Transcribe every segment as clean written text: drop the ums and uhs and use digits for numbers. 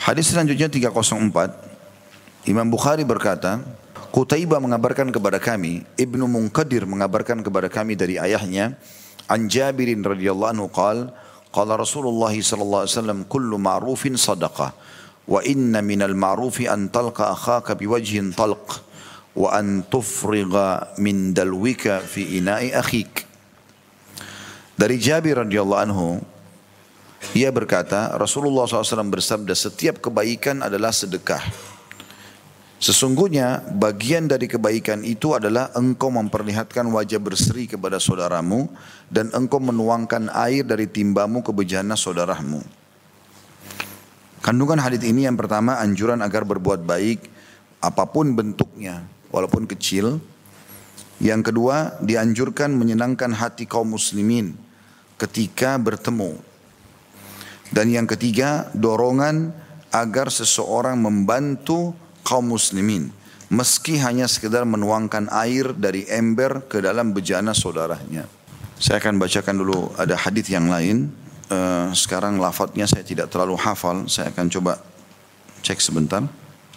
Hadis selanjutnya 304. Imam Bukhari berkata, Qutaibah mengabarkan kepada kami, Ibnu Munqadir mengabarkan kepada kami dari ayahnya, An Jabirin radhiyallahu anhu qala Rasulullah sallallahu alaihi wasallam kullu ma'rufin sadaqah wa inna minal ma'rufi an talqa akhaka biwajhin talq wa an tufriga min dalwika fi ina'i akhik. Dari Jabir radhiyallahu anhu, ia berkata, Rasulullah SAW bersabda, setiap kebaikan adalah sedekah. Sesungguhnya bagian dari kebaikan itu adalah engkau memperlihatkan wajah berseri kepada saudaramu dan engkau menuangkan air dari timbamu ke bejana saudaramu. Kandungan hadis ini yang pertama, anjuran agar berbuat baik apapun bentuknya walaupun kecil. Yang kedua, dianjurkan menyenangkan hati kaum muslimin ketika bertemu. Dan yang ketiga, dorongan agar seseorang membantu kaum muslimin meski hanya sekedar menuangkan air dari ember ke dalam bejana saudaranya. Saya akan bacakan dulu ada hadis yang lain. Sekarang lafadznya saya tidak terlalu hafal, saya akan coba cek sebentar.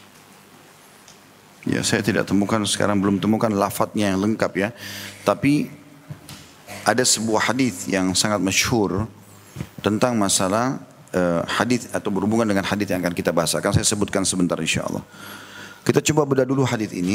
Ya, saya tidak temukan sekarang, belum temukan lafadznya yang lengkap ya. Tapi ada sebuah hadis yang sangat masyhur tentang masalah hadis atau berhubungan dengan hadis yang akan kita bahas. Akan saya sebutkan sebentar insyaallah. Kita coba bedah dulu hadis ini.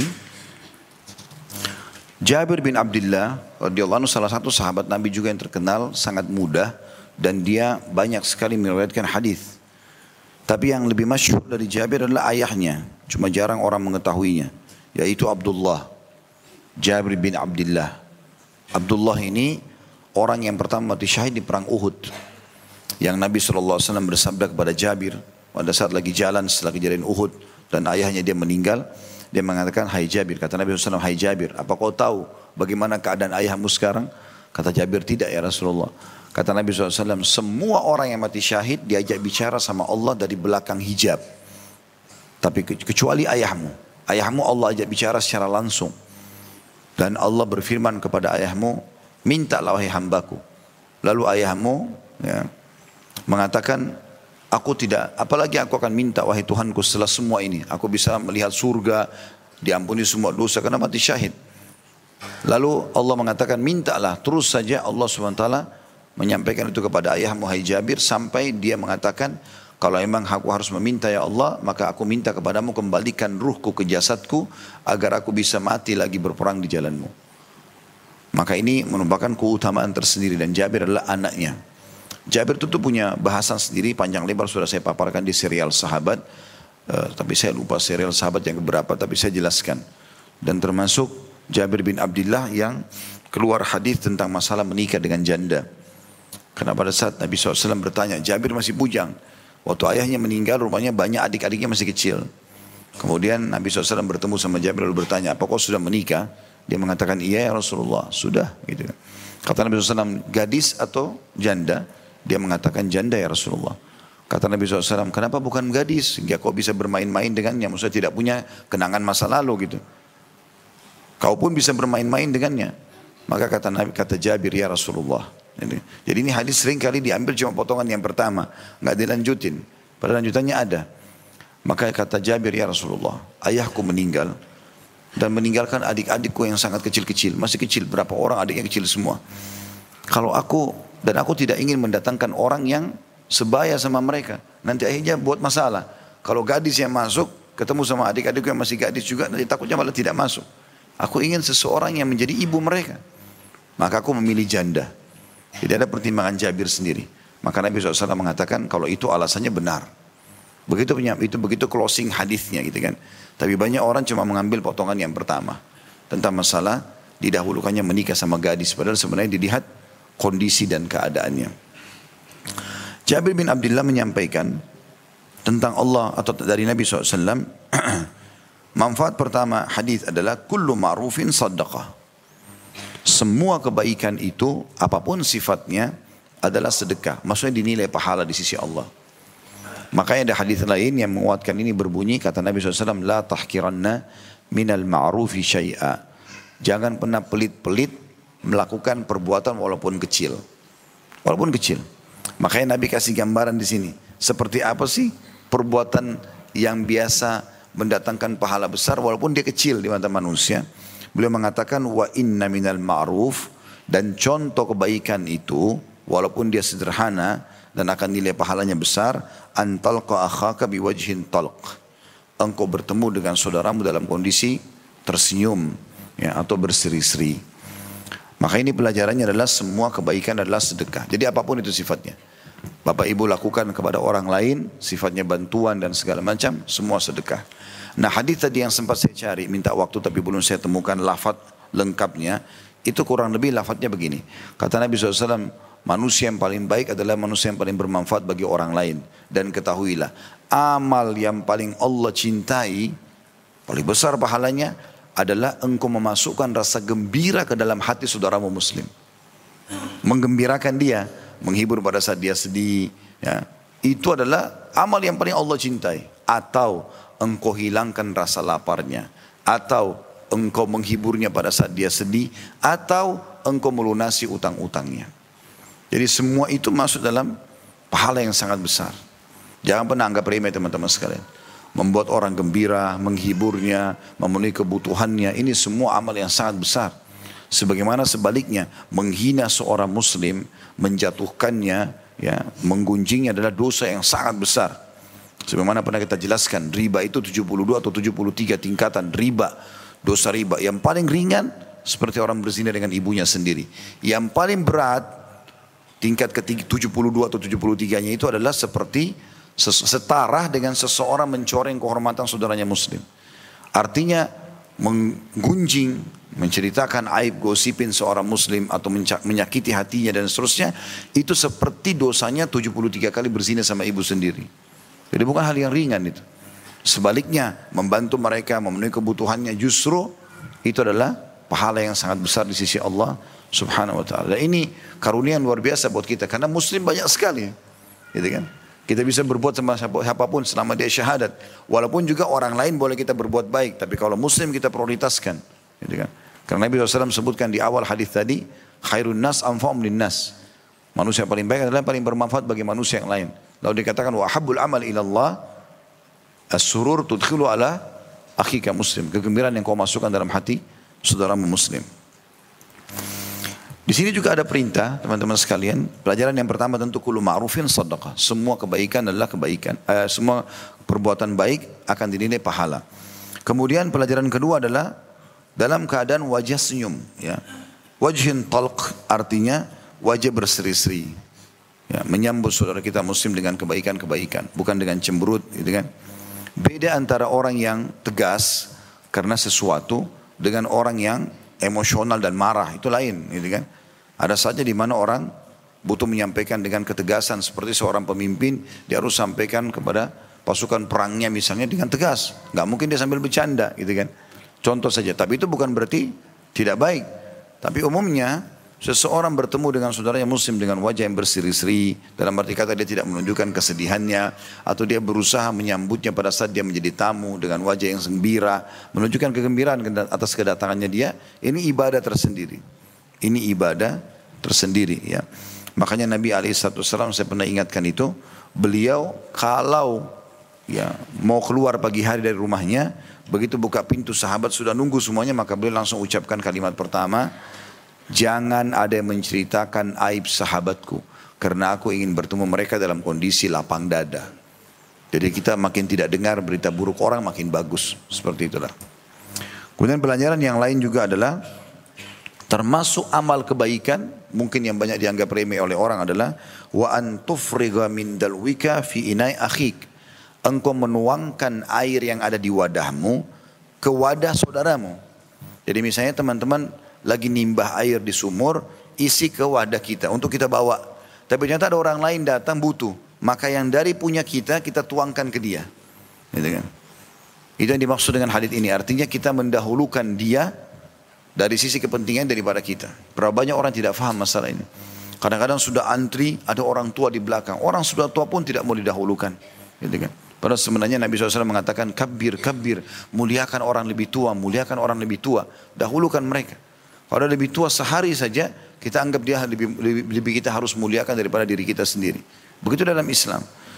Jabir bin Abdullah radhiyallahu anhu salah satu sahabat Nabi juga yang terkenal, sangat muda dan dia banyak sekali meriwayatkan hadis. Tapi yang lebih masyhur dari Jabir adalah ayahnya, cuma jarang orang mengetahuinya, yaitu Abdullah. Jabir bin Abdullah. Abdullah ini orang yang pertama mati syahid di perang Uhud. Yang Nabi SAW bersabda kepada Jabir pada saat lagi jalan setelah kejadian Uhud dan ayahnya dia meninggal, dia mengatakan, hai Jabir, kata Nabi SAW, hai Jabir, apa kau tahu bagaimana keadaan ayahmu sekarang? Kata Jabir, tidak ya Rasulullah. Kata Nabi SAW, semua orang yang mati syahid diajak bicara sama Allah dari belakang hijab. Tapi kecuali ayahmu. Ayahmu Allah ajak bicara secara langsung. Dan Allah berfirman kepada ayahmu, mintalah wahai hambaku. Lalu ayahmu mengatakan, aku tidak, apalagi aku akan minta wahai Tuhanku setelah semua ini. Aku bisa melihat surga, diampuni semua dosa karena mati syahid. Lalu Allah mengatakan, mintalah. Terus saja Allah SWT menyampaikan itu kepada ayahmu hai Jabir sampai dia mengatakan, kalau memang aku harus meminta ya Allah, maka aku minta kepadamu kembalikan ruhku ke jasadku agar aku bisa mati lagi berperang di jalanmu. Maka ini merupakan keutamaan tersendiri dan Jabir adalah anaknya. Jabir itu punya bahasan sendiri panjang lebar, sudah saya paparkan di serial Sahabat. Tapi saya lupa serial Sahabat yang keberapa, tapi saya jelaskan. Dan termasuk Jabir bin Abdullah yang keluar hadis tentang masalah menikah dengan janda. Karena pada saat Nabi SAW bertanya, Jabir masih bujang. Waktu ayahnya meninggal, rupanya banyak adik-adiknya masih kecil. Kemudian Nabi SAW bertemu sama Jabir lalu bertanya, apa kau sudah menikah? Dia mengatakan, iya ya Rasulullah, sudah. Gitu. Kata Nabi SAW, gadis atau janda? Dia mengatakan, janda ya Rasulullah. Kata Nabi SAW, kenapa bukan gadis? Sehingga kau bisa bermain-main dengannya. Maksudnya tidak punya kenangan masa lalu gitu. Kau pun bisa bermain-main dengannya. Maka kata Jabir, ya Rasulullah. Jadi ini hadis sering kali diambil cuma potongan yang pertama. Enggak dilanjutin. Pada lanjutannya ada. Maka kata Jabir, ya Rasulullah, ayahku meninggal. Dan meninggalkan adik-adikku yang sangat kecil-kecil. Masih kecil, berapa orang adiknya kecil semua. Kalau aku tidak ingin mendatangkan orang yang sebaya sama mereka. Nanti akhirnya buat masalah. Kalau gadis yang masuk, ketemu sama adik-adikku yang masih gadis juga, nanti takutnya malah tidak masuk. Aku ingin seseorang yang menjadi ibu mereka. Maka aku memilih janda. Tidak ada pertimbangan Jabir sendiri. Maka Nabi SAW mengatakan kalau itu alasannya benar. Begitu closing hadisnya gitu kan. Tapi banyak orang cuma mengambil potongan yang pertama. Tentang masalah didahulukannya menikah sama gadis. Padahal sebenarnya dilihat kondisi dan keadaannya. Jabir bin Abdullah menyampaikan tentang Allah atau dari Nabi SAW. Manfaat pertama hadis adalah kullu ma'rufin sadaqah. Semua kebaikan itu apapun sifatnya adalah sedekah. Maksudnya dinilai pahala di sisi Allah. Makanya ada hadis lain yang menguatkan ini berbunyi kata Nabi SAW, la tahkiranna minal ma'rufi syai'a. Jangan pernah pelit-pelit melakukan perbuatan walaupun kecil. Walaupun kecil. Makanya Nabi kasih gambaran di sini. Seperti apa sih perbuatan yang biasa mendatangkan pahala besar walaupun dia kecil di mata manusia. Beliau mengatakan wa inna minal ma'ruf, dan contoh kebaikan itu walaupun dia sederhana dan akan nilai pahalanya besar, antalqa akhaka biwajhin talq, engkau bertemu dengan saudaramu dalam kondisi tersenyum ya, atau berseri-seri. Maka ini pelajarannya adalah semua kebaikan adalah sedekah. Jadi apapun itu sifatnya, Bapak Ibu lakukan kepada orang lain, sifatnya bantuan dan segala macam, semua sedekah. Nah, hadis tadi yang sempat saya cari, minta waktu tapi belum saya temukan lafaz lengkapnya, itu kurang lebih lafaznya begini. Kata Nabi SAW, manusia yang paling baik adalah manusia yang paling bermanfaat bagi orang lain. Dan ketahuilah, amal yang paling Allah cintai, paling besar pahalanya, adalah engkau memasukkan rasa gembira ke dalam hati saudaramu muslim. Menggembirakan dia, menghibur pada saat dia sedih. Ya. Itu adalah amal yang paling Allah cintai. Atau engkau hilangkan rasa laparnya, atau engkau menghiburnya pada saat dia sedih, atau engkau melunasi utang-utangnya. Jadi semua itu masuk dalam pahala yang sangat besar. Jangan pernah anggap remeh teman-teman sekalian. Membuat orang gembira, menghiburnya, memenuhi kebutuhannya, ini semua amal yang sangat besar. Sebagaimana sebaliknya, menghina seorang muslim, menjatuhkannya, ya, menggunjingnya adalah dosa yang sangat besar. Sebagaimana pernah kita jelaskan, riba itu 72 atau 73 tingkatan riba, dosa riba. Yang paling ringan seperti orang berzina dengan ibunya sendiri. Yang paling berat, tingkat ke-72 atau 73-nya itu adalah seperti setara dengan seseorang mencoreng kehormatan saudaranya muslim. Artinya menggunjing, menceritakan aib, gosipin seorang muslim atau menyakiti hatinya dan seterusnya, itu seperti dosanya 73 kali berzina sama ibu sendiri. Jadi bukan hal yang ringan itu. Sebaliknya, membantu mereka memenuhi kebutuhannya justru itu adalah pahala yang sangat besar di sisi Allah Subhanahu wa taala. Dan ini karunia yang luar biasa buat kita karena muslim banyak sekali. Gitu kan? Kita bisa berbuat sama siapapun selama dia syahadat. Walaupun juga orang lain boleh kita berbuat baik, tapi kalau muslim kita prioritaskan. Gitu kan? Karena Nabi SAW sebutkan di awal hadis tadi, khairun nas anfa'um linnas. Manusia yang paling baik adalah yang paling bermanfaat bagi manusia yang lain. Lalu dikatakan wa habbul amal ilallah as-surur tudkhilu ala akhika muslim. Kegembiraan yang kau masukkan dalam hati saudaramu muslim. Di sini juga ada perintah teman-teman sekalian. Pelajaran yang pertama tentu kullu ma'rufin sadaqah. Semua kebaikan adalah kebaikan. Semua perbuatan baik akan dinilai pahala. Kemudian pelajaran kedua adalah dalam keadaan wajah senyum. Ya. Wajhin talq artinya wajah berseri-seri. Ya, menyambut saudara kita muslim dengan kebaikan-kebaikan, bukan dengan cemberut, gitu kan? Beda antara orang yang tegas karena sesuatu dengan orang yang emosional dan marah, itu lain, gitu kan? Ada saja di mana orang butuh menyampaikan dengan ketegasan seperti seorang pemimpin, dia harus sampaikan kepada pasukan perangnya misalnya dengan tegas, nggak mungkin dia sambil bercanda, gitu kan? Contoh saja, tapi itu bukan berarti tidak baik. Tapi umumnya seseorang bertemu dengan saudaranya muslim dengan wajah yang berseri-seri, dalam arti kata dia tidak menunjukkan kesedihannya, atau dia berusaha menyambutnya pada saat dia menjadi tamu dengan wajah yang gembira, menunjukkan kegembiraan atas kedatangannya dia, ini ibadah tersendiri. Ini ibadah tersendiri, ya. Makanya Nabi SAW, saya pernah ingatkan itu, beliau kalau ya mau keluar pagi hari dari rumahnya, begitu buka pintu sahabat sudah nunggu semuanya, maka beliau langsung ucapkan kalimat pertama, jangan ada yang menceritakan aib sahabatku, karena aku ingin bertemu mereka dalam kondisi lapang dada. Jadi kita makin tidak dengar berita buruk orang makin bagus. Seperti itulah. Kemudian pelajaran yang lain juga adalah termasuk amal kebaikan mungkin yang banyak dianggap remeh oleh orang adalah wa an tufriga min dalwika fi inai akhik. Engkau menuangkan air yang ada di wadahmu ke wadah saudaramu. Jadi misalnya teman-teman lagi nimbah air di sumur, isi ke wadah kita untuk kita bawa. Tapi ternyata ada orang lain datang butuh, maka yang dari punya kita tuangkan ke dia. Gitu kan? Itu yang dimaksud dengan hadits ini. Artinya kita mendahulukan dia dari sisi kepentingan daripada kita. Berapa banyak orang tidak faham masalah ini. Kadang-kadang sudah antri, ada orang tua di belakang. Orang sudah tua pun tidak mau didahulukan. Gitu kan? Padahal sebenarnya Nabi SAW mengatakan kabir, muliakan orang lebih tua, muliakan orang lebih tua, dahulukan mereka. Kalau lebih tua sehari saja, kita anggap dia lebih kita harus muliakan daripada diri kita sendiri. Begitu dalam Islam.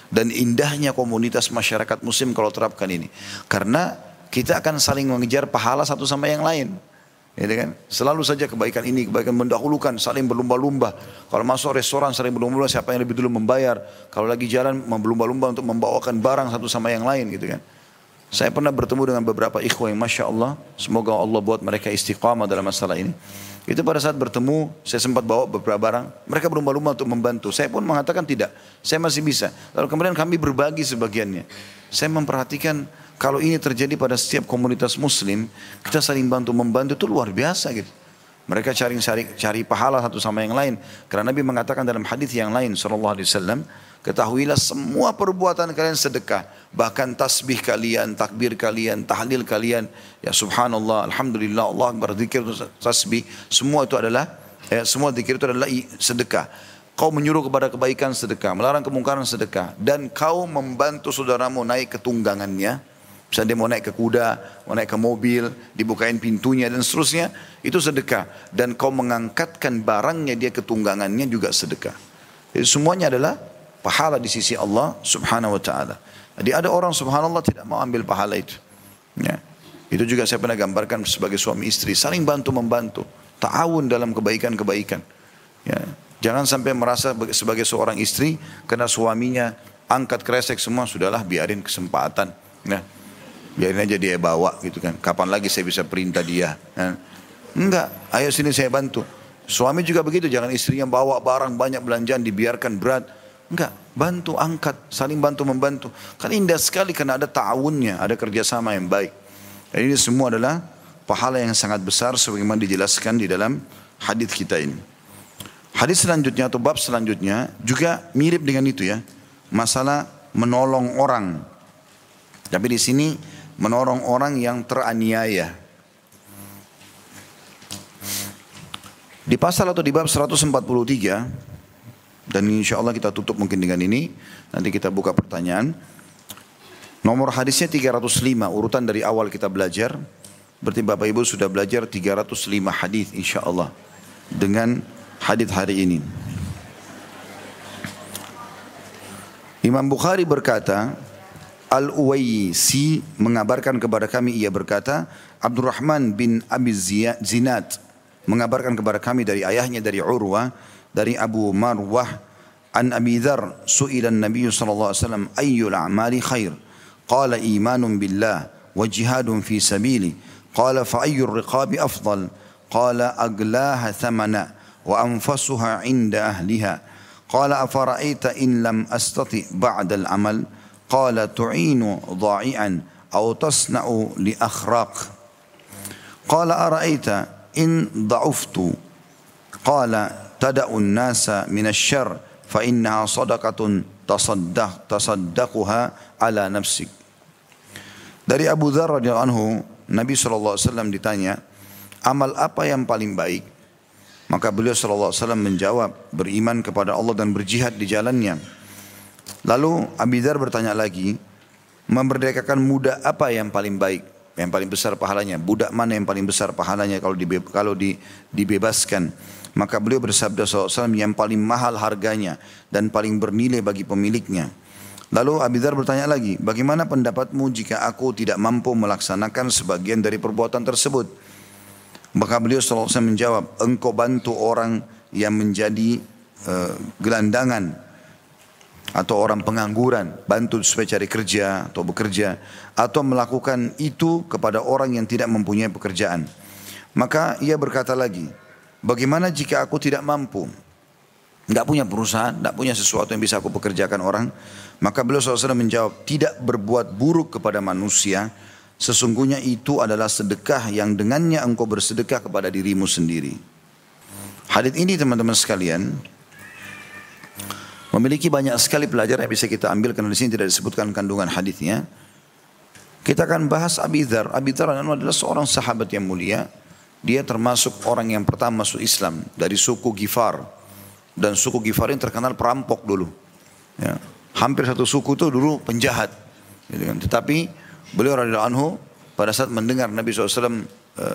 Dan indahnya komunitas masyarakat muslim kalau terapkan ini. Karena kita akan saling mengejar pahala satu sama yang lain. Gitu kan? Selalu saja kebaikan ini, kebaikan mendahulukan, saling berlumba-lumba. Kalau masuk restoran saling berlumba-lumba siapa yang lebih dulu membayar. Kalau lagi jalan berlumba-lumba untuk membawakan barang satu sama yang lain gitu kan. Saya pernah bertemu dengan beberapa ikhwah yang Masya Allah, semoga Allah buat mereka istiqamah dalam masalah ini. Itu pada saat bertemu, saya sempat bawa beberapa barang, mereka berlumba-lumba untuk membantu. Saya pun mengatakan tidak, saya masih bisa. Lalu kemudian kami berbagi sebagiannya. Saya memperhatikan kalau ini terjadi pada setiap komunitas muslim, kita saling bantu-membantu itu luar biasa gitu. Mereka cari pahala satu sama yang lain. Karena Nabi mengatakan dalam hadis yang lain sallallahu alaihi wasallam, ketahuilah semua perbuatan kalian sedekah. Bahkan tasbih kalian, takbir kalian, tahlil kalian. Ya subhanallah, alhamdulillah, Allah akbar, zikir, tasbih. Semua itu adalah, semua zikir itu adalah sedekah. Kau menyuruh kepada kebaikan sedekah, melarang kemungkaran sedekah. Dan kau membantu saudaramu naik ke tunggangannya. Misalnya dia mau naik ke kuda, mau naik ke mobil, dibukain pintunya dan seterusnya. Itu sedekah. Dan kau mengangkatkan barangnya dia ke tunggangannya juga sedekah. Jadi semuanya adalah pahala di sisi Allah subhanahu wa ta'ala. Jadi ada orang subhanallah tidak mau ambil pahala itu. Ya. Itu juga saya pernah gambarkan sebagai suami istri. Saling bantu-membantu. Ta'awun dalam kebaikan-kebaikan. Ya. Jangan sampai merasa sebagai seorang istri, karena suaminya angkat kresek semua, sudahlah biarin kesempatan. Ya. Biarin aja dia bawa gitu kan. Kapan lagi saya bisa perintah dia. Ya. Enggak, ayo sini saya bantu. Suami juga begitu, jangan istrinya bawa barang banyak belanjaan dibiarkan berat. Enggak, bantu, angkat, saling bantu-membantu. Kan indah sekali karena ada ta'awunnya, ada kerjasama yang baik. Dan ini semua adalah pahala yang sangat besar sebagaimana dijelaskan di dalam hadis kita ini. Hadis selanjutnya atau bab selanjutnya juga mirip dengan itu ya. Masalah menolong orang. Tapi di sini menolong orang yang teraniaya. Di pasal atau di bab 143, dan insya Allah kita tutup mungkin dengan ini, nanti kita buka pertanyaan. Nomor hadisnya 305, urutan dari awal kita belajar. Berarti Bapak Ibu sudah belajar 305 hadis insya Allah dengan hadis hari ini. Imam Bukhari berkata, Al-Uwaisi mengabarkan kepada kami, ia berkata, Abdurrahman bin Abi Zinad mengabarkan kepada kami dari ayahnya dari Urwah, dari Abu Marwah, an Abi Dhar, su'ilan Nabi sallallahu alaihi wasallam, ayyul a'mali khair? Qala imanun billah wa jihadun fi sabili. Qala fa ayyur riqabi afdal? Qala aglaha thamana wa anfasuha 'inda ahliha. Qala afara'aita in lam astati' ba'da al-amal? Qala tu'inu dha'i'an aw tasna'u li akhraq. Qala ara'aita in dha'uftu? Qala tada'u an-nasa min asy-syarr fa innaha sadaqatun tasaddaquha ala nafsik. Dari Abu Dzar radhiyallahu anhu, Nabi sallallahu alaihi wasallam ditanya, amal apa yang paling baik? Maka beliau sallallahu alaihi wasallam menjawab, beriman kepada Allah dan berjihad di jalannya. Lalu Abu Dzar bertanya lagi, memerdekakan budak apa yang paling baik, yang paling besar pahalanya? Budak mana yang paling besar pahalanya kalau dibebaskan? Maka beliau bersabda SAW, yang paling mahal harganya dan paling bernilai bagi pemiliknya. Lalu Abu Dzar bertanya lagi, bagaimana pendapatmu jika aku tidak mampu melaksanakan sebagian dari perbuatan tersebut? Maka beliau SAW menjawab, engkau bantu orang yang menjadi gelandangan atau orang pengangguran, bantu supaya cari kerja atau bekerja, atau melakukan itu kepada orang yang tidak mempunyai pekerjaan. Maka ia berkata lagi, bagaimana jika aku tidak mampu, tidak punya perusahaan, tidak punya sesuatu yang bisa aku pekerjakan orang? Maka beliau SAW menjawab, tidak berbuat buruk kepada manusia, sesungguhnya itu adalah sedekah yang dengannya engkau bersedekah kepada dirimu sendiri. Hadits ini teman-teman sekalian memiliki banyak sekali pelajaran yang bisa kita ambil, karena di sini tidak disebutkan kandungan hadisnya. Kita akan bahas Abi Dzar. Abi Dzar adalah seorang sahabat yang mulia. Dia termasuk orang yang pertama masuk Islam dari suku Ghifar. Dan suku Ghifar ini terkenal perampok dulu. Ya. Hampir satu suku itu dulu penjahat. Tetapi beliau radhiyallahu anhu pada saat mendengar Nabi SAW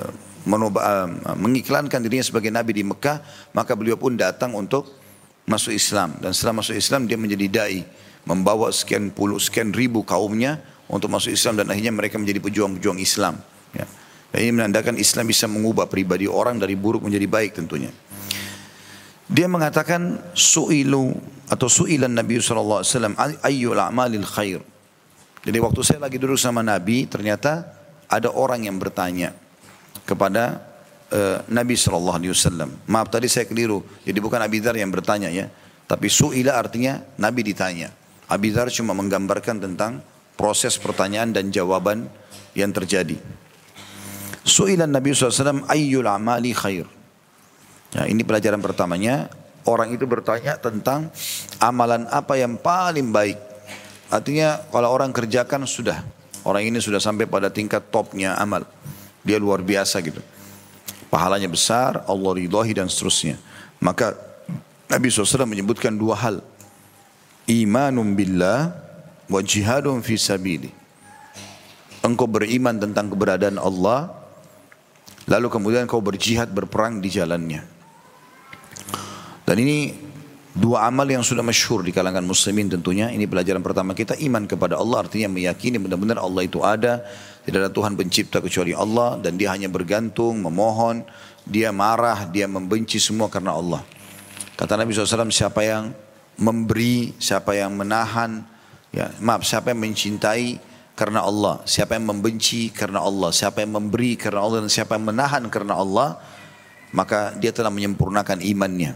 mengiklankan dirinya sebagai Nabi di Mekah, maka beliau pun datang untuk masuk Islam. Dan setelah masuk Islam dia menjadi da'i. membawa sekian puluh, sekian ribu kaumnya untuk masuk Islam dan akhirnya mereka menjadi pejuang-pejuang Islam. Ya. Dan ini menandakan Islam bisa mengubah pribadi orang dari buruk menjadi baik tentunya. Dia mengatakan su'ilan Nabi SAW ayyul a'malil khair. Jadi waktu saya lagi duduk sama Nabi, ternyata ada orang yang bertanya kepada Nabi SAW. Maaf tadi saya keliru, jadi bukan Abi Dzar yang bertanya ya. Tapi su'ila artinya Nabi ditanya. Abi Dzar cuma menggambarkan tentang proses pertanyaan dan jawaban yang terjadi. Su'ilan Nabi SAW ayyul amali khair. Ya, ini pelajaran pertamanya. Orang itu bertanya tentang amalan apa yang paling baik. Artinya kalau orang kerjakan sudah. Orang ini sudah sampai pada tingkat topnya amal. Dia luar biasa gitu. Pahalanya besar, Allah ridhahi dan seterusnya. Maka Nabi SAW menyebutkan dua hal. Imanun billah wa jihadun fi sabili. Engkau beriman tentang keberadaan Allah, lalu kemudian kau berjihad berperang di jalannya. Dan ini dua amal yang sudah masyhur di kalangan muslimin tentunya. Ini pelajaran pertama kita, iman kepada Allah artinya meyakini benar-benar Allah itu ada. Tidak ada Tuhan pencipta kecuali Allah dan dia hanya bergantung, memohon, dia marah, dia membenci semua karena Allah. Kata Nabi SAW, siapa yang memberi, siapa yang menahan, siapa yang mencintai karena Allah, siapa yang membenci karena Allah, siapa yang memberi karena Allah dan siapa yang menahan karena Allah, maka dia telah menyempurnakan imannya.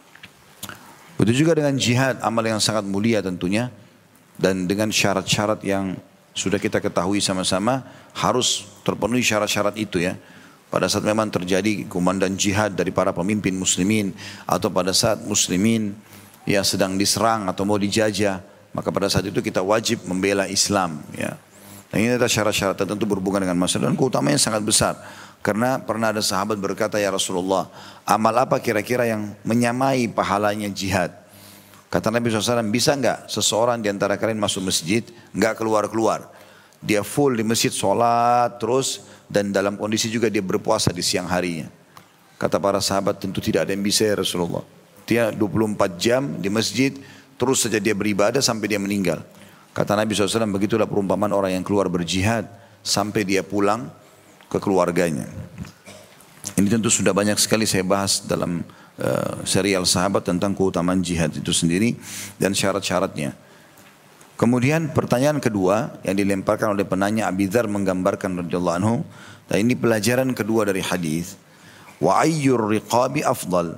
Begitu juga dengan jihad, amal yang sangat mulia tentunya. Dan dengan syarat-syarat yang sudah kita ketahui sama-sama, harus terpenuhi syarat-syarat itu ya. Pada saat memang terjadi komandan jihad dari para pemimpin muslimin, atau pada saat muslimin yang sedang diserang atau mau dijajah, maka pada saat itu kita wajib membela Islam ya. Dan ini adalah syarat-syarat tertentu berhubungan dengan masalah dan keutamanya sangat besar. Karena pernah ada sahabat berkata, ya Rasulullah, amal apa kira-kira yang menyamai pahalanya jihad? Kata Nabi SAW, bisa enggak seseorang di antara kalian masuk masjid, enggak keluar-keluar. Dia full di masjid, sholat terus, dan dalam kondisi juga dia berpuasa di siang harinya. Kata para sahabat, tentu tidak ada yang bisa ya Rasulullah. Dia 24 jam di masjid, terus saja dia beribadah sampai dia meninggal. Kata Nabi SAW, begitulah perumpamaan orang yang keluar berjihad, sampai dia pulang ke keluarganya. Ini tentu sudah banyak sekali saya bahas dalam serial sahabat tentang keutamaan jihad itu sendiri dan syarat-syaratnya. Kemudian pertanyaan kedua yang dilemparkan oleh penanya, Abi Dzar menggambarkan radhiyallahu anhu, dan ini pelajaran kedua dari hadis. Wa ayyur riqabi afdal?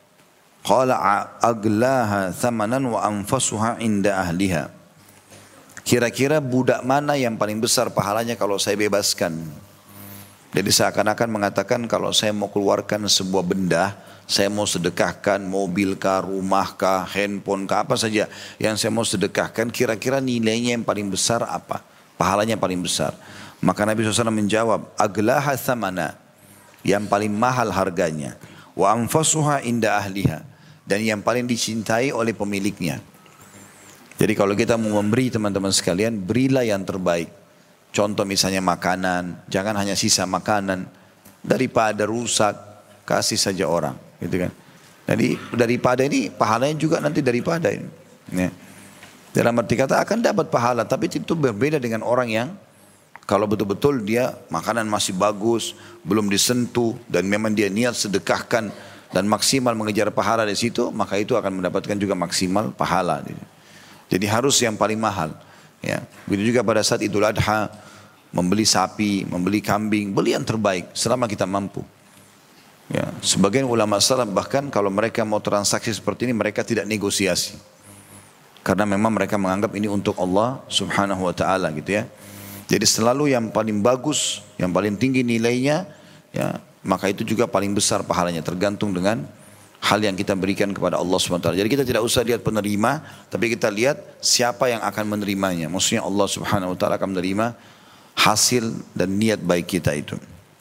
Qala aglaha thamanan wa anfasuha inda ahliha. Kira-kira budak mana yang paling besar pahalanya kalau saya bebaskan? Jadi seakan-akan mengatakan kalau saya mau keluarkan sebuah benda, saya mau sedekahkan mobil kah, rumah kah, handphone kah, apa saja yang saya mau sedekahkan, kira-kira nilainya yang paling besar apa? Pahalanya paling besar. Maka Nabi SAW menjawab, aglaha thamana, yang paling mahal harganya. Wa anfasuha inda ahliha, dan yang paling dicintai oleh pemiliknya. Jadi kalau kita mau memberi teman-teman sekalian, berilah yang terbaik. Contoh misalnya makanan, jangan hanya sisa makanan. Daripada rusak, kasih saja orang. Gitu kan. Jadi daripada ini, pahalanya juga nanti daripada ini. Ya. Dalam arti kata akan dapat pahala, tapi itu berbeda dengan orang yang kalau betul-betul dia makanan masih bagus, belum disentuh, dan memang dia niat sedekahkan dan maksimal mengejar pahala di situ, maka itu akan mendapatkan juga maksimal pahala. Jadi harus yang paling mahal. Ya, begitu juga pada saat Idul Adha, membeli sapi, membeli kambing, beli yang terbaik selama kita mampu. Ya, sebagian ulama salaf bahkan kalau mereka mau transaksi seperti ini mereka tidak negosiasi. Karena memang mereka menganggap ini untuk Allah Subhanahu wa taala gitu ya. Jadi selalu yang paling bagus, yang paling tinggi nilainya, ya, maka itu juga paling besar pahalanya tergantung dengan hal yang kita berikan kepada Allah SWT. Jadi kita tidak usah lihat penerima, tapi kita lihat siapa yang akan menerimanya. Maksudnya Allah Subhanahu Wa Taala akan menerima hasil dan niat baik kita itu.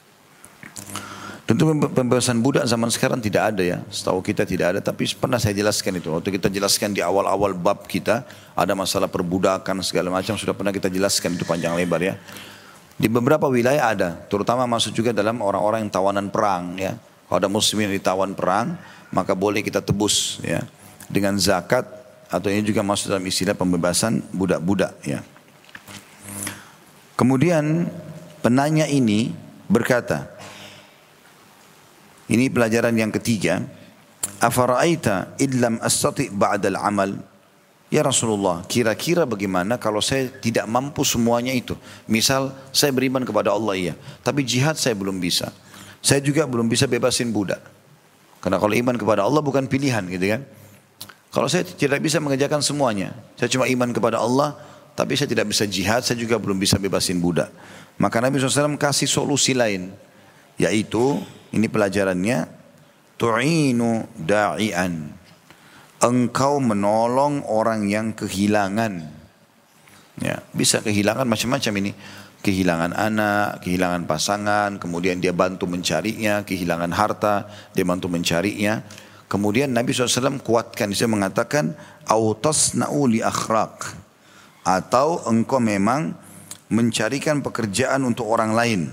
Tentu pembebasan budak zaman sekarang tidak ada ya. Setahu kita tidak ada, tapi pernah saya jelaskan itu. Waktu kita jelaskan di awal-awal bab kita, ada masalah perbudakan segala macam, sudah pernah kita jelaskan itu panjang lebar ya. Di beberapa wilayah ada, terutama masuk juga dalam orang-orang yang tawanan perang ya. Kalau ada muslimin yang ditawan perang, maka boleh kita tebus ya dengan zakat atau ini juga masuk dalam istilah pembebasan budak-budak ya. Kemudian penanya ini berkata, ini pelajaran yang ketiga, afara'aita illam astati' ba'dal amal. Ya Rasulullah, kira-kira bagaimana kalau saya tidak mampu semuanya itu? Misal saya beriman kepada Allah iya, tapi jihad saya belum bisa. Saya juga belum bisa bebasin budak. Karena kalau iman kepada Allah bukan pilihan gitu kan. Kalau saya tidak bisa mengerjakan semuanya, saya cuma iman kepada Allah, tapi saya tidak bisa jihad, saya juga belum bisa bebasin budak. Maka Nabi SAW kasih solusi lain, yaitu ini pelajarannya, tu'inu da'ian. Engkau menolong orang yang kehilangan. Ya, bisa kehilangan macam-macam ini. Kehilangan anak, kehilangan pasangan, kemudian dia bantu mencarinya, kehilangan harta, dia bantu mencarinya. Kemudian Nabi SAW kuatkan, dia mengatakan, autasna'u li akhraq. Atau engkau memang mencarikan pekerjaan untuk orang lain.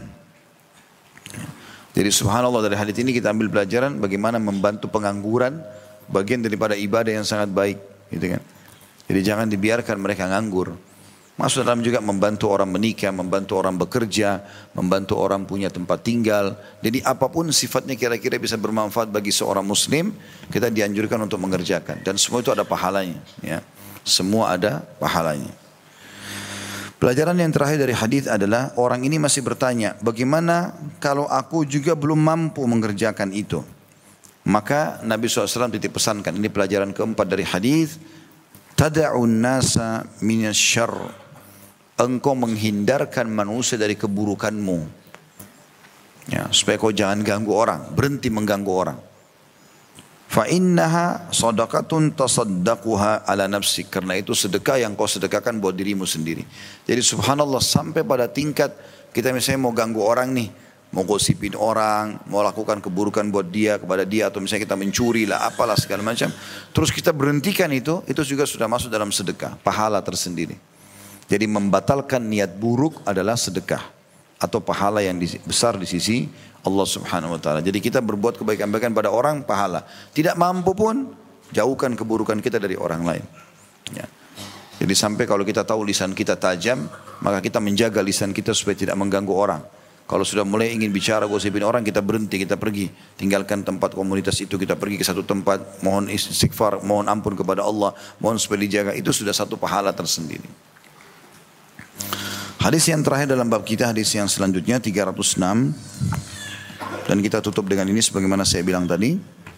Jadi subhanallah, dari hadits ini kita ambil pelajaran bagaimana membantu pengangguran, bagian daripada ibadah yang sangat baik, gitu kan. Jadi jangan dibiarkan mereka nganggur. Masuk dalam juga membantu orang menikah, membantu orang bekerja, membantu orang punya tempat tinggal. Jadi apapun sifatnya kira-kira bisa bermanfaat bagi seorang muslim, kita dianjurkan untuk mengerjakan. Dan semua itu ada pahalanya, ya. Semua ada pahalanya. Pelajaran yang terakhir dari hadis adalah orang ini masih bertanya, bagaimana kalau aku juga belum mampu mengerjakan itu? Maka Nabi SAW titip pesankan, ini pelajaran keempat dari hadis, tada'un nasa minasyarr. Engkau menghindarkan manusia dari keburukanmu. Ya, supaya kau jangan ganggu orang, berhenti mengganggu orang. Fa innaha sadaqatun tasaddaquha ala nafsik. Karena itu sedekah yang kau sedekahkan buat dirimu sendiri. Jadi subhanallah, sampai pada tingkat kita misalnya mau ganggu orang nih, mau gosipin orang, mau lakukan keburukan buat dia, kepada dia, atau misalnya kita mencuri lah, apalah segala macam. Terus kita berhentikan itu juga sudah masuk dalam sedekah, pahala tersendiri. Jadi membatalkan niat buruk adalah sedekah atau pahala yang besar di sisi Allah Subhanahu Wa Taala. Jadi kita berbuat kebaikan-kebaikan pada orang, pahala. Tidak mampu pun, jauhkan keburukan kita dari orang lain. Ya. Jadi sampai kalau kita tahu lisan kita tajam, maka kita menjaga lisan kita supaya tidak mengganggu orang. Kalau sudah mulai ingin bicara gosipin orang, kita berhenti, kita pergi. Tinggalkan tempat komunitas itu, kita pergi ke satu tempat, mohon istighfar, mohon ampun kepada Allah, mohon supaya dijaga. Itu sudah satu pahala tersendiri. Hadis yang terakhir dalam bab kita, hadis yang selanjutnya 306. Dan kita tutup dengan ini sebagaimana saya bilang tadi.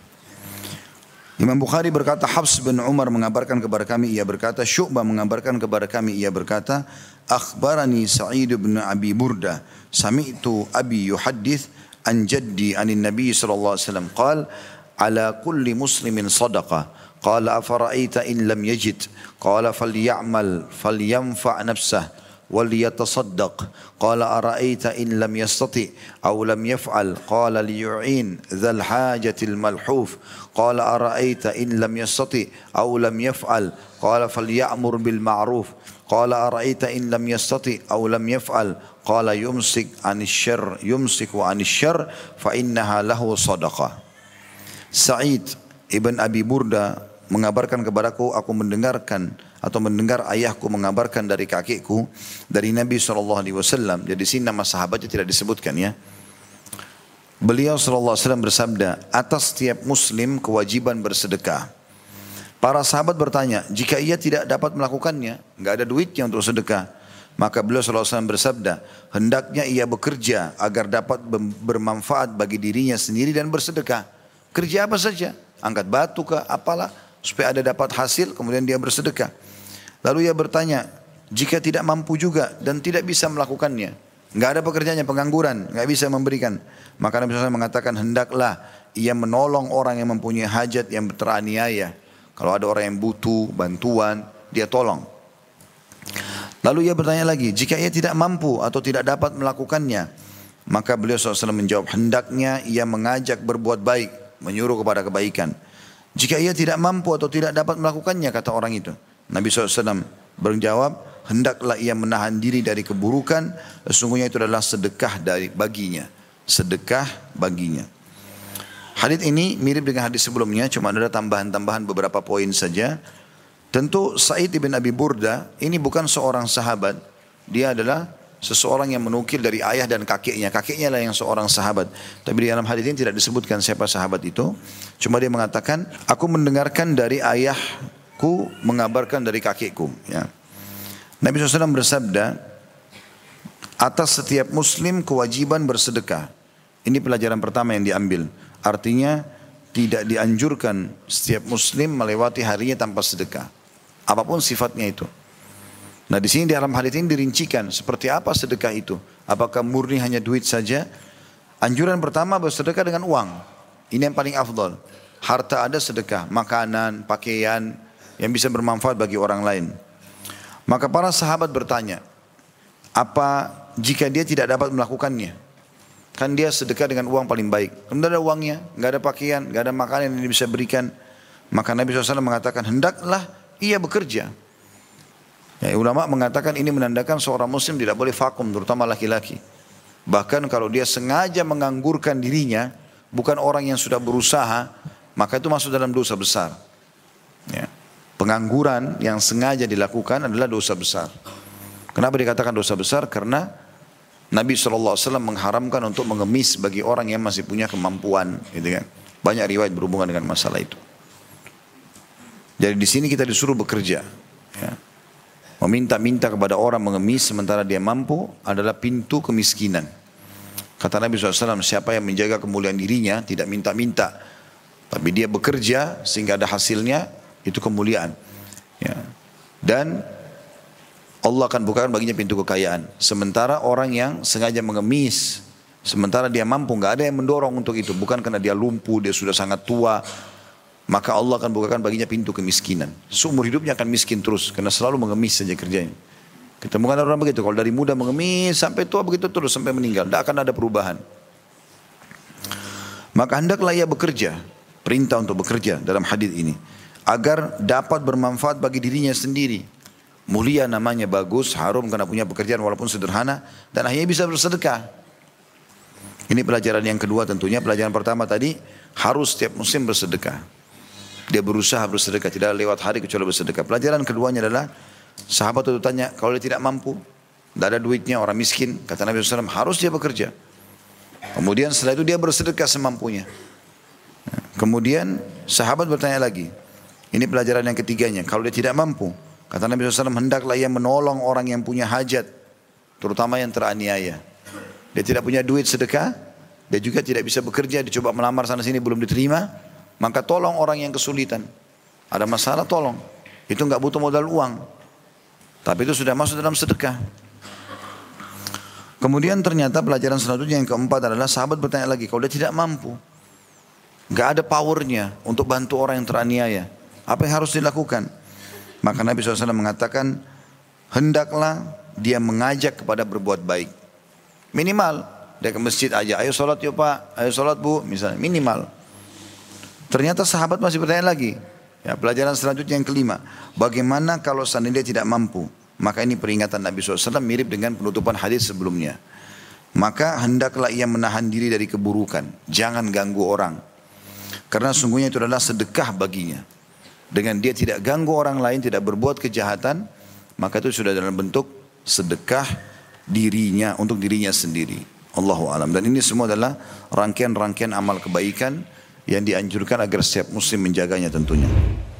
Imam Bukhari berkata, Hafs bin Umar mengabarkan kepada kami, ia berkata, Syu'bah mengabarkan kepada kami, ia berkata, akhbarani Sa'id bin Abi Burda, sami'tu Abi yuhaddith an jaddi anin Nabi sallallahu alaihi wasallam, qala ala kulli muslimin sadaqah, qala afara'aita in lam yajid, qala falyamal falyanfa' nafsah وليتصدق قال أرأيت إن لم يستطع أو لم يفعل قال ليعين ذا الحاجة الملحوف قال أرأيت إن لم يستطع أو لم يفعل قال فليأمر بالمعروف قال أرأيت إن لم يستطع أو لم يفعل قال يمسك عن الشر فإنها له صدقة. Sa'id ibn Abi Burda mengabarkan kepadaku, aku mendengarkan atau mendengar ayahku mengabarkan dari kakekku dari Nabi SAW. Jadi sini nama sahabatnya tidak disebutkan ya. Beliau SAW bersabda, atas setiap muslim kewajiban bersedekah. Para sahabat bertanya, jika ia tidak dapat melakukannya, enggak ada duitnya untuk sedekah, maka beliau SAW bersabda, hendaknya ia bekerja agar dapat bermanfaat bagi dirinya sendiri dan bersedekah. Kerja apa saja, angkat batu kah, apalah, supaya ada dapat hasil, kemudian dia bersedekah. Lalu ia bertanya, jika tidak mampu juga dan tidak bisa melakukannya, enggak ada pekerjaannya, pengangguran, enggak bisa memberikan, maka Nabi SAW mengatakan, hendaklah ia menolong orang yang mempunyai hajat, yang teraniaya. Kalau ada orang yang butuh bantuan, dia tolong. Lalu ia bertanya lagi, jika ia tidak mampu atau tidak dapat melakukannya, maka beliau SAW menjawab, hendaknya ia mengajak berbuat baik, menyuruh kepada kebaikan. Jika ia tidak mampu atau tidak dapat melakukannya, kata orang itu, Nabi SAW berjawab, hendaklah ia menahan diri dari keburukan, sesungguhnya itu adalah sedekah baginya. Sedekah baginya. Hadits ini mirip dengan hadis sebelumnya, cuma ada tambahan-tambahan beberapa poin saja. Tentu Sa'id ibn Abi Burda ini bukan seorang sahabat. Dia adalah seseorang yang menukil dari ayah dan kakeknya. Kakeknya lah yang seorang sahabat. Tapi di dalam hadis ini tidak disebutkan siapa sahabat itu. Cuma dia mengatakan, aku mendengarkan dari ayahku mengabarkan dari kakekku. Ya. Nabi SAW bersabda, atas setiap muslim kewajiban bersedekah. Ini pelajaran pertama yang diambil. Artinya tidak dianjurkan setiap muslim melewati harinya tanpa sedekah. Apapun sifatnya itu. Nah di sini di dalam hadis ini dirincikan seperti apa sedekah itu. Apakah murni hanya duit saja? Anjuran pertama bersedekah dengan uang. Ini yang paling afdal. Harta ada sedekah, makanan, pakaian yang bisa bermanfaat bagi orang lain. Maka para sahabat bertanya, apa jika dia tidak dapat melakukannya? Kan dia sedekah dengan uang paling baik. Kalau tidak ada uangnya, nggak ada pakaian, nggak ada makanan yang dia bisa berikan. Maka Nabi SAW mengatakan, hendaklah ia bekerja. Ya, ulama mengatakan ini menandakan seorang muslim tidak boleh vakum, terutama laki-laki. Bahkan kalau dia sengaja menganggurkan dirinya, bukan orang yang sudah berusaha, maka itu masuk dalam dosa besar. Ya. Pengangguran yang sengaja dilakukan adalah dosa besar. Kenapa dikatakan dosa besar? Karena Nabi SAW mengharamkan untuk mengemis bagi orang yang masih punya kemampuan. Gitu kan. Banyak riwayat berhubungan dengan masalah itu. Jadi di sini kita disuruh bekerja. Ya. Meminta-minta kepada orang mengemis sementara dia mampu adalah pintu kemiskinan. Kata Nabi SAW, siapa yang menjaga kemuliaan dirinya tidak minta-minta, tapi dia bekerja sehingga ada hasilnya, itu kemuliaan. Ya. Dan Allah akan bukakan baginya pintu kekayaan. Sementara orang yang sengaja mengemis, sementara dia mampu, nggak ada yang mendorong untuk itu, bukan karena dia lumpuh, dia sudah sangat tua, maka Allah akan bukakan baginya pintu kemiskinan. Seumur hidupnya akan miskin terus, karena selalu mengemis saja kerjanya. Ketemukan orang begitu, kalau dari muda mengemis sampai tua begitu terus sampai meninggal, tidak akan ada perubahan. Maka hendaklah ia bekerja, perintah untuk bekerja dalam hadis ini, agar dapat bermanfaat bagi dirinya sendiri. Mulia namanya, bagus, harum karena punya pekerjaan walaupun sederhana, dan akhirnya bisa bersedekah. Ini pelajaran yang kedua tentunya. Pelajaran pertama tadi, harus setiap muslim bersedekah. Dia berusaha bersedekah, tidak lewat hari kecuali bersedekah. Pelajaran keduanya adalah, sahabat itu tanya, kalau dia tidak mampu, tidak ada duitnya, orang miskin, kata Nabi SAW, harus dia bekerja. Kemudian setelah itu dia bersedekah semampunya. Kemudian sahabat bertanya lagi, ini pelajaran yang ketiganya, kalau dia tidak mampu, kata Nabi SAW, hendaklah ia menolong orang yang punya hajat, terutama yang teraniaya. Dia tidak punya duit sedekah, dia juga tidak bisa bekerja, dicoba melamar sana sini belum diterima, maka tolong orang yang kesulitan. Ada masalah tolong. Itu enggak butuh modal uang. Tapi itu sudah masuk dalam sedekah. Kemudian ternyata pelajaran selanjutnya yang keempat adalah sahabat bertanya lagi, kalau dia tidak mampu, enggak ada powernya untuk bantu orang yang teraniaya, apa yang harus dilakukan? Maka Nabi SAW mengatakan, hendaklah dia mengajak kepada berbuat baik. Minimal, dia ke masjid aja, ayo sholat yuk pak, ayo sholat bu, misalnya, minimal. Ternyata sahabat masih bertanya lagi. Ya, pelajaran selanjutnya yang kelima, bagaimana kalau seandainya dia tidak mampu? Maka ini peringatan Nabi SAW mirip dengan penutupan hadis sebelumnya. Maka hendaklah ia menahan diri dari keburukan, jangan ganggu orang. Karena sungguhnya itu adalah sedekah baginya. Dengan dia tidak ganggu orang lain, tidak berbuat kejahatan, maka itu sudah dalam bentuk sedekah dirinya, untuk dirinya sendiri. Allahu a'lam. Dan ini semua adalah rangkaian-rangkaian amal kebaikan yang dianjurkan agar setiap muslim menjaganya tentunya.